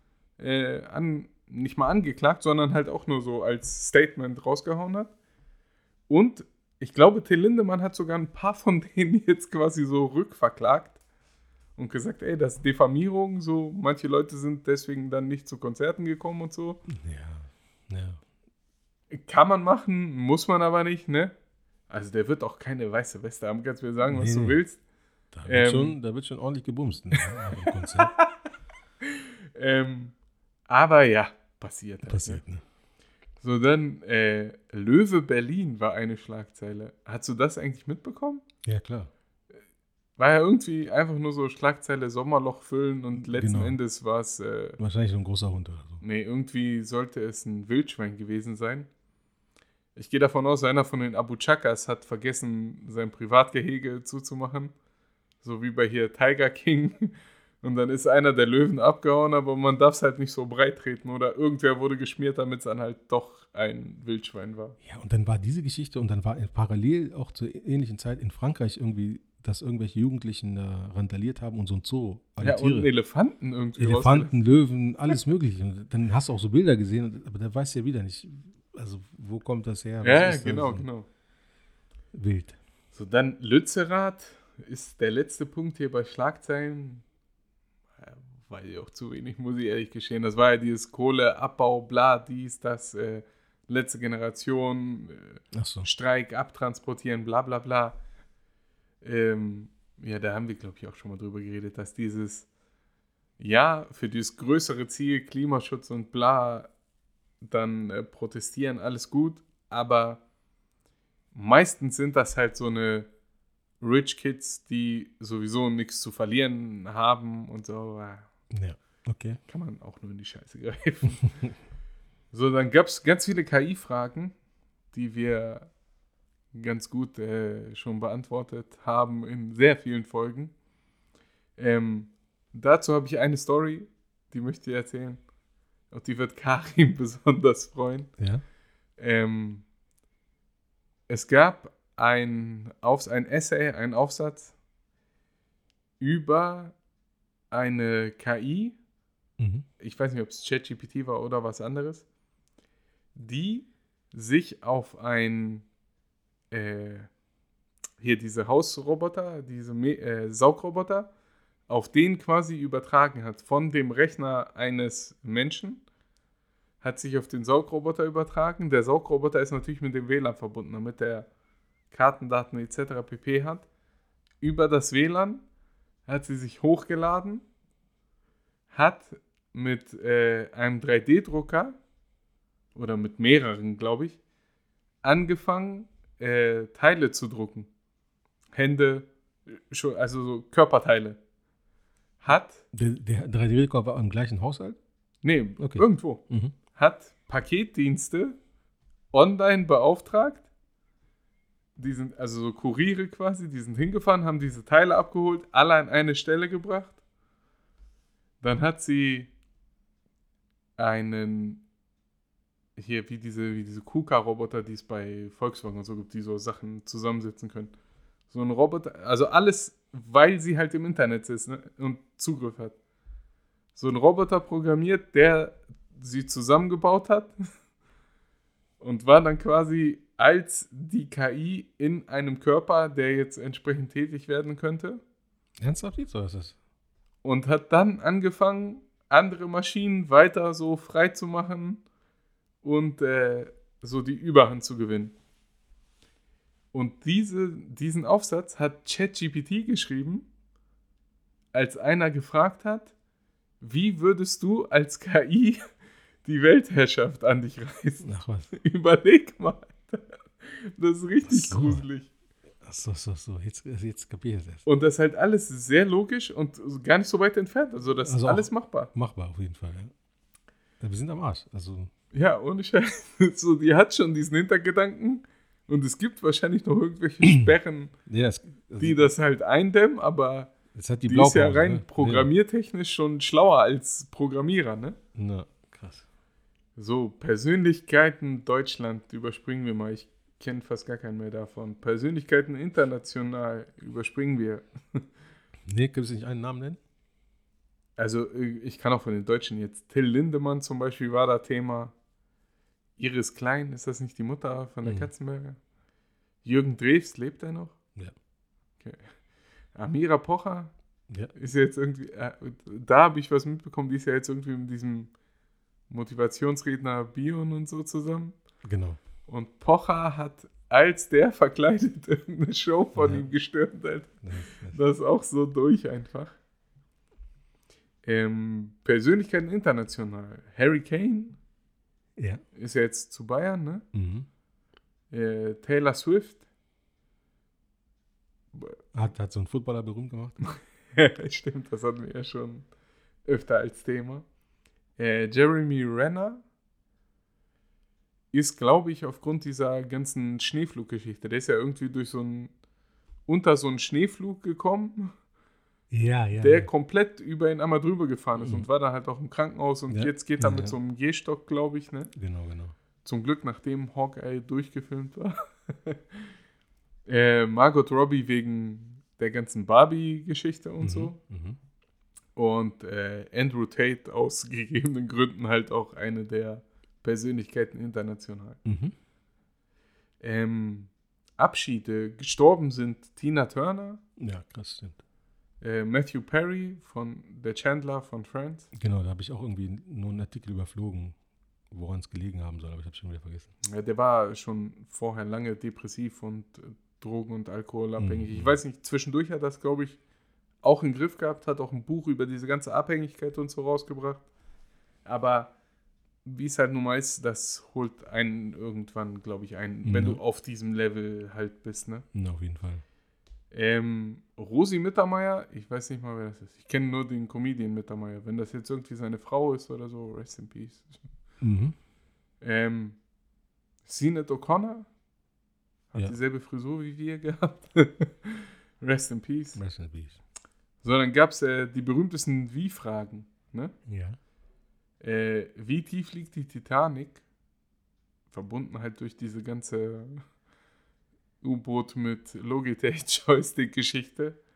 Speaker 4: nicht mal angeklagt, sondern halt auch nur so als Statement rausgehauen hat. Und ich glaube, Till Lindemann hat sogar ein paar von denen jetzt quasi so rückverklagt und gesagt, ey, das ist Diffamierung, so manche Leute sind deswegen dann nicht zu Konzerten gekommen und so.
Speaker 3: Ja.
Speaker 4: Kann man machen, muss man aber nicht, ne? Also der wird auch keine weiße Weste haben, kannst du mir sagen, was du willst.
Speaker 3: Da wird schon ordentlich gebumst. Ne? Im Konzert.
Speaker 4: Aber ja, passiert.
Speaker 3: Passiert, ne?
Speaker 4: So, dann Löwe Berlin war eine Schlagzeile. Hast du das eigentlich mitbekommen?
Speaker 3: Ja, klar.
Speaker 4: War ja irgendwie einfach nur so Schlagzeile Sommerloch füllen und letzten Endes war es...
Speaker 3: wahrscheinlich so ein großer Hund oder so.
Speaker 4: Nee, irgendwie sollte es ein Wildschwein gewesen sein. Ich gehe davon aus, einer von den Abu Chakas hat vergessen, sein Privatgehege zuzumachen. So wie bei hier Tiger King. Und dann ist einer der Löwen abgehauen, aber man darf es halt nicht so breit treten. Oder irgendwer wurde geschmiert, damit es dann halt doch ein Wildschwein war.
Speaker 3: Ja, und dann war diese Geschichte und dann war parallel auch zur ähnlichen Zeit in Frankreich irgendwie, dass irgendwelche Jugendlichen randaliert haben und so ein Zoo.
Speaker 4: Ja, Tiere. Und Elefanten irgendwie.
Speaker 3: Elefanten, Löwen, alles mögliche. Und dann hast du auch so Bilder gesehen, aber da weißt du ja wieder nicht, also wo kommt das her?
Speaker 4: Ja, genau.
Speaker 3: Wild.
Speaker 4: So, dann Lützerath ist der letzte Punkt hier bei Schlagzeilen. Weiß ich auch zu wenig, muss ich ehrlich gestehen. Das war ja dieses Kohleabbau, bla, dies, das, letzte Generation,
Speaker 3: Ach so.
Speaker 4: Streik, abtransportieren, bla bla bla. Ja, da haben wir, glaube ich, auch schon mal drüber geredet, dass dieses, ja, für dieses größere Ziel, Klimaschutz und bla, dann protestieren, alles gut, aber meistens sind das halt so eine Rich Kids, die sowieso nichts zu verlieren haben und so.
Speaker 3: Ja, okay.
Speaker 4: Kann man auch nur in die Scheiße greifen. So, dann gab es ganz viele KI-Fragen, die wir ganz gut schon beantwortet haben in sehr vielen Folgen. Dazu habe ich eine Story, die möchte ich erzählen. Auf die wird Karim besonders freuen.
Speaker 3: Ja.
Speaker 4: Es gab ein Essay, einen Aufsatz über eine KI,
Speaker 3: Mhm.
Speaker 4: ich weiß nicht, ob es ChatGPT war oder was anderes, die sich auf hier diese Hausroboter, diese Saugroboter, auf den quasi übertragen hat. Von dem Rechner eines Menschen hat sich auf den Saugroboter übertragen. Der Saugroboter ist natürlich mit dem WLAN verbunden, damit der Kartendaten etc. pp. Hat. Über das WLAN hat sie sich hochgeladen, hat mit einem 3D-Drucker oder mit mehreren, glaube ich, angefangen, Teile zu drucken. Hände, also so Körperteile.
Speaker 3: Der 3D-Drucker war im gleichen Haushalt?
Speaker 4: Nee,
Speaker 3: Okay.
Speaker 4: irgendwo.
Speaker 3: Mhm.
Speaker 4: Hat Paketdienste online beauftragt. Die sind, also so Kuriere quasi, die sind hingefahren, haben diese Teile abgeholt, alle an eine Stelle gebracht. Dann hat sie hier wie diese KUKA-Roboter, die es bei Volkswagen und so gibt, die so Sachen zusammensetzen können. So ein Roboter, also alles, weil sie halt im Internet ist, ne, und Zugriff hat. So ein Roboter programmiert, der sie zusammengebaut hat und war dann quasi als die KI in einem Körper, der jetzt entsprechend tätig werden könnte.
Speaker 3: Ernsthaft jetzt, oder ist das?
Speaker 4: Und hat dann angefangen, andere Maschinen weiter so frei zu machen und so die Überhand zu gewinnen. Und diesen Aufsatz hat ChatGPT geschrieben, als einer gefragt hat, wie würdest du als KI die Weltherrschaft an dich reißen?
Speaker 3: Ach was.
Speaker 4: Überleg mal. Das ist richtig
Speaker 3: Ach so.
Speaker 4: gruselig.
Speaker 3: Ach so. Jetzt kapiere ich das.
Speaker 4: Und das ist halt alles sehr logisch und gar nicht so weit entfernt. Also das
Speaker 3: Also
Speaker 4: ist alles machbar.
Speaker 3: Machbar auf jeden Fall, ja. Wir sind am Arsch. Also,
Speaker 4: Ja, ohne Scheiß. So, die hat schon diesen Hintergedanken und es gibt wahrscheinlich noch irgendwelche Sperren,
Speaker 3: ja,
Speaker 4: die das halt eindämmen, aber
Speaker 3: es hat die
Speaker 4: die ist ja
Speaker 3: Blaupause,
Speaker 4: rein
Speaker 3: ne?
Speaker 4: programmiertechnisch schon schlauer als Programmierer, ne?
Speaker 3: Ja. Na, krass.
Speaker 4: So, Persönlichkeiten Deutschland überspringen wir mal. Ich kenne fast gar keinen mehr davon. Persönlichkeiten international überspringen wir.
Speaker 3: Nee, kannst du nicht einen Namen nennen?
Speaker 4: Also, ich kann auch von den Deutschen jetzt. Till Lindemann zum Beispiel war da Thema. Iris Klein, ist das nicht die Mutter von der
Speaker 3: Mhm.
Speaker 4: Katzenberger? Jürgen Drews, lebt er noch?
Speaker 3: Ja.
Speaker 4: Okay. Amira Pocher
Speaker 3: Ja.
Speaker 4: ist jetzt irgendwie, da habe ich was mitbekommen, die ist ja jetzt irgendwie mit diesem Motivationsredner Bion und so zusammen.
Speaker 3: Genau.
Speaker 4: Und Pocher hat als der verkleidet irgendeine Show von
Speaker 3: Ja.
Speaker 4: ihm gestürmt. Halt.
Speaker 3: Ja,
Speaker 4: Das ist auch so durch einfach. Persönlichkeiten international. Harry Kane
Speaker 3: ja.
Speaker 4: ist ja jetzt zu Bayern, ne?
Speaker 3: Mhm.
Speaker 4: Taylor Swift.
Speaker 3: Hat so ein Footballer berühmt gemacht?
Speaker 4: Stimmt, das hatten wir ja schon öfter als Thema. Jeremy Renner ist, glaube ich, aufgrund dieser ganzen Schneefluggeschichte, der ist ja irgendwie unter so einen Schneeflug gekommen,
Speaker 3: Ja.
Speaker 4: der komplett über ihn einmal drüber gefahren ist
Speaker 3: Mhm.
Speaker 4: und war dann halt auch im Krankenhaus und
Speaker 3: Ja.
Speaker 4: jetzt geht er
Speaker 3: Ja.
Speaker 4: mit so einem Gehstock, glaube ich, ne?
Speaker 3: Genau.
Speaker 4: Zum Glück, nachdem Hawkeye durchgefilmt war. Margot Robbie wegen der ganzen Barbie-Geschichte und so.
Speaker 3: Mhm.
Speaker 4: Und Andrew Tate aus gegebenen Gründen halt auch eine der Persönlichkeiten international.
Speaker 3: Mhm.
Speaker 4: Abschiede. Gestorben sind Tina Turner,
Speaker 3: Ja, krass, stimmt.
Speaker 4: Matthew Perry von der Chandler von Friends.
Speaker 3: Genau, da habe ich auch irgendwie nur einen Artikel überflogen, woran es gelegen haben soll, aber ich habe schon wieder vergessen.
Speaker 4: Ja, der war schon vorher lange depressiv und Drogen- und Alkoholabhängig.
Speaker 3: Mhm.
Speaker 4: Ich weiß nicht, zwischendurch hat das, glaube ich, auch im Griff gehabt, hat auch ein Buch über diese ganze Abhängigkeit und so rausgebracht. Aber wie es halt nun mal ist, das holt einen irgendwann, glaube ich, ein, wenn
Speaker 3: Ja.
Speaker 4: du auf diesem Level halt bist, ne?
Speaker 3: Na, auf jeden Fall.
Speaker 4: Rosi Mittermeier, ich weiß nicht mal, wer das ist. Ich kenne nur den Comedian Mittermeier. Wenn das jetzt irgendwie seine Frau ist oder so, rest in peace.
Speaker 3: Mhm.
Speaker 4: Sinead O'Connor hat
Speaker 3: Ja.
Speaker 4: dieselbe Frisur wie wir gehabt. Rest in peace.
Speaker 3: Rest in peace.
Speaker 4: So, dann gab es die berühmtesten Wie-Fragen. Ne?
Speaker 3: Ja.
Speaker 4: Wie tief liegt die Titanic? Verbunden halt durch diese ganze U-Boot mit Logitech-Joystick-Geschichte.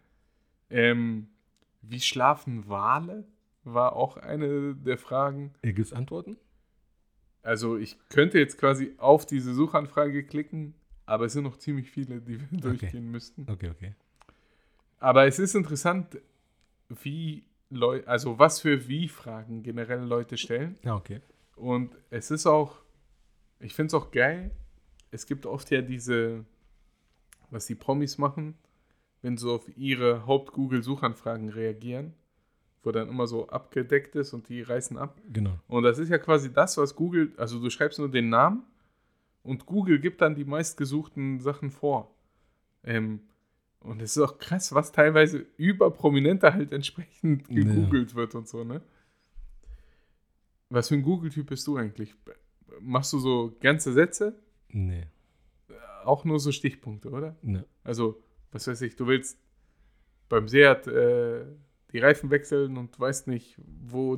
Speaker 4: Wie schlafen Wale? War auch eine der Fragen.
Speaker 3: Gibt es Antworten?
Speaker 4: Also ich könnte jetzt quasi auf diese Suchanfrage klicken, aber es sind noch ziemlich viele, die wir durchgehen müssten.
Speaker 3: Okay.
Speaker 4: Aber es ist interessant, wie also was für Wie-Fragen generell Leute stellen.
Speaker 3: Ja, okay.
Speaker 4: Und es ist auch, ich finde es auch geil, es gibt oft ja diese, was die Promis machen, wenn sie auf ihre Haupt-Google-Suchanfragen reagieren, wo dann immer so abgedeckt ist und die reißen ab.
Speaker 3: Genau.
Speaker 4: Und das ist ja quasi das, was Google, also du schreibst nur den Namen und Google gibt dann die meistgesuchten Sachen vor. Und es ist auch krass, was teilweise über Prominente halt entsprechend gegoogelt wird und so, ne? Was für ein Google-Typ bist du eigentlich? Machst du so ganze Sätze?
Speaker 3: Nee.
Speaker 4: Auch nur so Stichpunkte, oder?
Speaker 3: Ne.
Speaker 4: Also, was weiß ich, du willst beim Seat die Reifen wechseln und weißt nicht, wo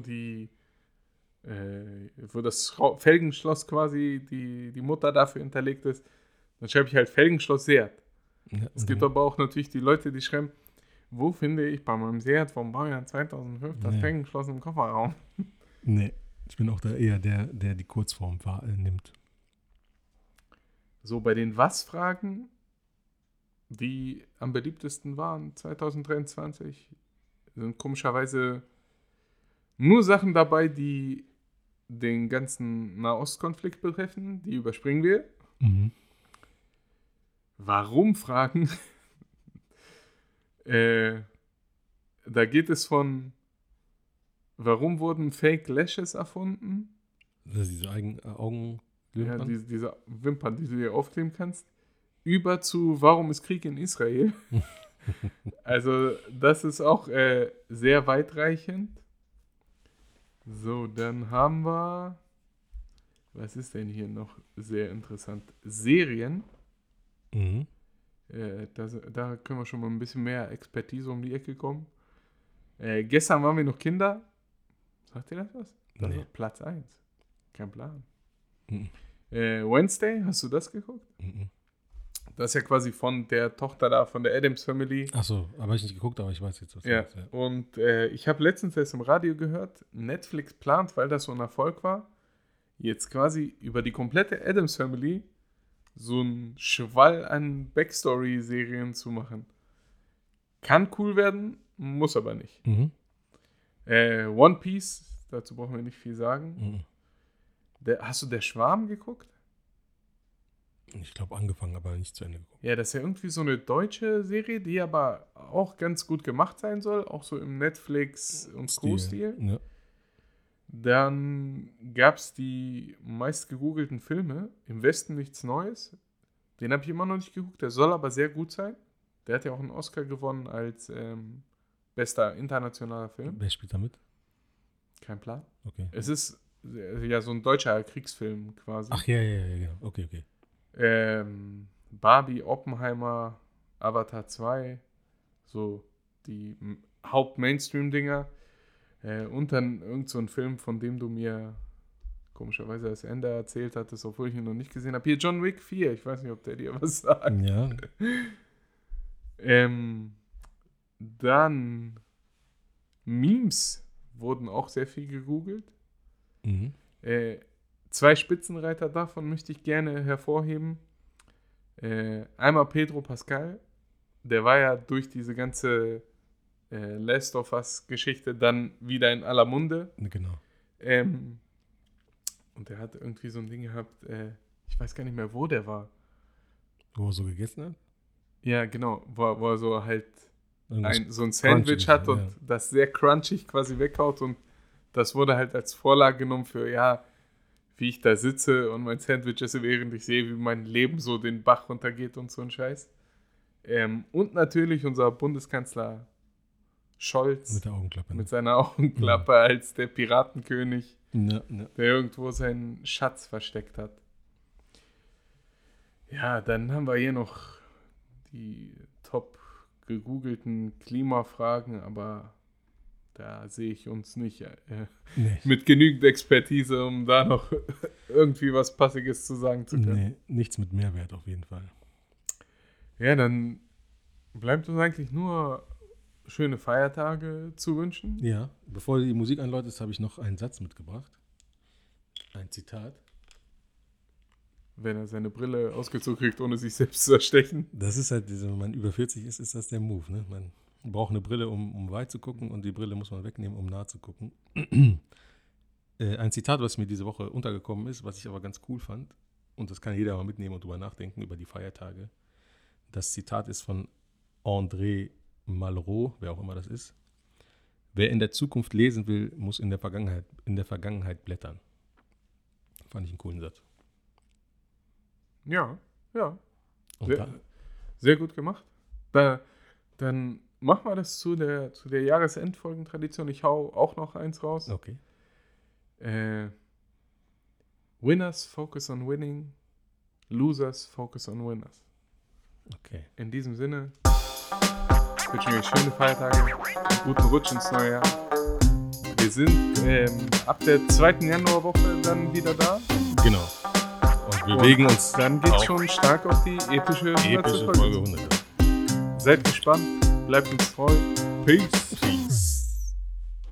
Speaker 4: das Felgenschloss quasi, die Mutter dafür hinterlegt ist, dann schreibe ich halt Felgenschloss Seat.
Speaker 3: Ja,
Speaker 4: Es gibt aber auch natürlich die Leute, die schreiben, wo finde ich bei meinem Seat vom Baujahr 2005 das
Speaker 3: Nee.
Speaker 4: Felgenschloss im Kofferraum?
Speaker 3: Nee. Ich bin auch da eher der die Kurzform nimmt.
Speaker 4: So, bei den Was-Fragen, die am beliebtesten waren 2023, sind komischerweise nur Sachen dabei, die den ganzen Nahostkonflikt betreffen. Die überspringen wir.
Speaker 3: Mhm.
Speaker 4: Warum Fragen? Da geht es von, warum wurden Fake Lashes erfunden?
Speaker 3: Das ist diese Augen.
Speaker 4: Ja, diese Wimpern, die du dir aufkleben kannst, über zu, warum ist Krieg in Israel? Also das ist auch sehr weitreichend. So, dann haben wir, was ist denn hier noch sehr interessant? Serien.
Speaker 3: Mhm.
Speaker 4: Da können wir schon mal ein bisschen mehr Expertise um die Ecke kommen. Gestern waren wir noch Kinder. Sagt ihr das was? Das
Speaker 3: Nee.
Speaker 4: war Platz 1. Kein Plan.
Speaker 3: Mhm.
Speaker 4: Wednesday, hast du das geguckt?
Speaker 3: Mhm.
Speaker 4: Das ist ja quasi von der Tochter da, von der Addams Family.
Speaker 3: Achso, habe ich nicht geguckt, aber ich weiß jetzt, was du
Speaker 4: Ja,
Speaker 3: sagst, ja.
Speaker 4: und ich habe letztens erst im Radio gehört, Netflix plant, weil das so ein Erfolg war, jetzt quasi über die komplette Addams Family so einen Schwall an Backstory-Serien zu machen. Kann cool werden, muss aber nicht.
Speaker 3: Mhm.
Speaker 4: One Piece, dazu brauchen wir nicht viel sagen.
Speaker 3: Mhm.
Speaker 4: Hast du Der Schwarm geguckt?
Speaker 3: Ich glaube, angefangen, aber nicht zu Ende geguckt.
Speaker 4: Ja, das ist ja irgendwie so eine deutsche Serie, die aber auch ganz gut gemacht sein soll, auch so im Netflix- und Co-Stil.
Speaker 3: Ja.
Speaker 4: Dann gab es die meist gegoogelten Filme. Im Westen nichts Neues. Den habe ich immer noch nicht geguckt. Der soll aber sehr gut sein. Der hat ja auch einen Oscar gewonnen als bester internationaler Film.
Speaker 3: Wer spielt da mit?
Speaker 4: Kein Plan.
Speaker 3: Okay.
Speaker 4: Es ist ja so ein deutscher Kriegsfilm quasi.
Speaker 3: Ach ja. Okay.
Speaker 4: Barbie, Oppenheimer, Avatar 2. So die Haupt-Mainstream-Dinger. Und dann irgend so ein Film, von dem du mir komischerweise das Ende erzählt hattest, obwohl ich ihn noch nicht gesehen habe. Hier John Wick 4, ich weiß nicht, ob der dir was sagt.
Speaker 3: Ja.
Speaker 4: Dann Memes wurden auch sehr viel gegoogelt.
Speaker 3: Mhm.
Speaker 4: 2 Spitzenreiter davon möchte ich gerne hervorheben. Einmal Pedro Pascal, der war ja durch diese ganze Last of Us Geschichte dann wieder in aller Munde.
Speaker 3: Genau.
Speaker 4: Und der hat irgendwie so ein Ding gehabt, ich weiß gar nicht mehr, wo der war.
Speaker 3: Wo er so gegessen hat?
Speaker 4: Ja, genau, wo er so halt
Speaker 3: Irgendwas
Speaker 4: so ein Sandwich
Speaker 3: Crunchiges,
Speaker 4: hat und
Speaker 3: ja.
Speaker 4: das sehr crunchig quasi weghaut und das wurde halt als Vorlage genommen für, ja, wie ich da sitze und mein Sandwich esse, während ich sehe, wie mein Leben so den Bach runtergeht und so ein Scheiß. Und natürlich unser Bundeskanzler Scholz
Speaker 3: Mit der Augenklappe.
Speaker 4: mit seiner Augenklappe als der Piratenkönig,
Speaker 3: Ja.
Speaker 4: der irgendwo seinen Schatz versteckt hat. Ja, dann haben wir hier noch die top gegoogelten Klimafragen, aber da sehe ich uns nicht
Speaker 3: Nee.
Speaker 4: mit genügend Expertise, um da noch irgendwie was Passiges zu sagen zu können.
Speaker 3: Nee, nichts mit Mehrwert auf jeden Fall.
Speaker 4: Ja, dann bleibt uns eigentlich nur schöne Feiertage zu wünschen.
Speaker 3: Ja, bevor du die Musik anläutest, habe ich noch einen Satz mitgebracht. Ein Zitat.
Speaker 4: Wenn er seine Brille ausgezogen kriegt, ohne sich selbst zu erstechen.
Speaker 3: Das ist halt, wenn man über 40 ist das der Move. Ne? Man braucht eine Brille, um weit zu gucken und die Brille muss man wegnehmen, um nah zu gucken. Ein Zitat, was mir diese Woche untergekommen ist, was ich aber ganz cool fand, und das kann jeder mal mitnehmen und drüber nachdenken, über die Feiertage. Das Zitat ist von André Malraux, wer auch immer das ist. Wer in der Zukunft lesen will, muss in der Vergangenheit blättern. Fand ich einen coolen Satz.
Speaker 4: Ja.
Speaker 3: Und
Speaker 4: Sehr,
Speaker 3: dann,
Speaker 4: sehr gut gemacht. Dann machen wir das zu der Jahresendfolgentradition. Ich hau auch noch eins raus.
Speaker 3: okay.
Speaker 4: Winners focus on winning, losers focus on winners.
Speaker 3: Okay.
Speaker 4: In diesem Sinne wünsche ich euch schöne Feiertage, guten Rutsch ins neue Jahr. Wir sind ab der 2. Januarwoche dann wieder da.
Speaker 3: Genau. Und wir bewegen uns
Speaker 4: Dann geht's
Speaker 3: auf
Speaker 4: schon stark auf die epische
Speaker 3: epische Folge 100.
Speaker 4: Seid gespannt, bleibt uns treu. Peace.
Speaker 3: Peace.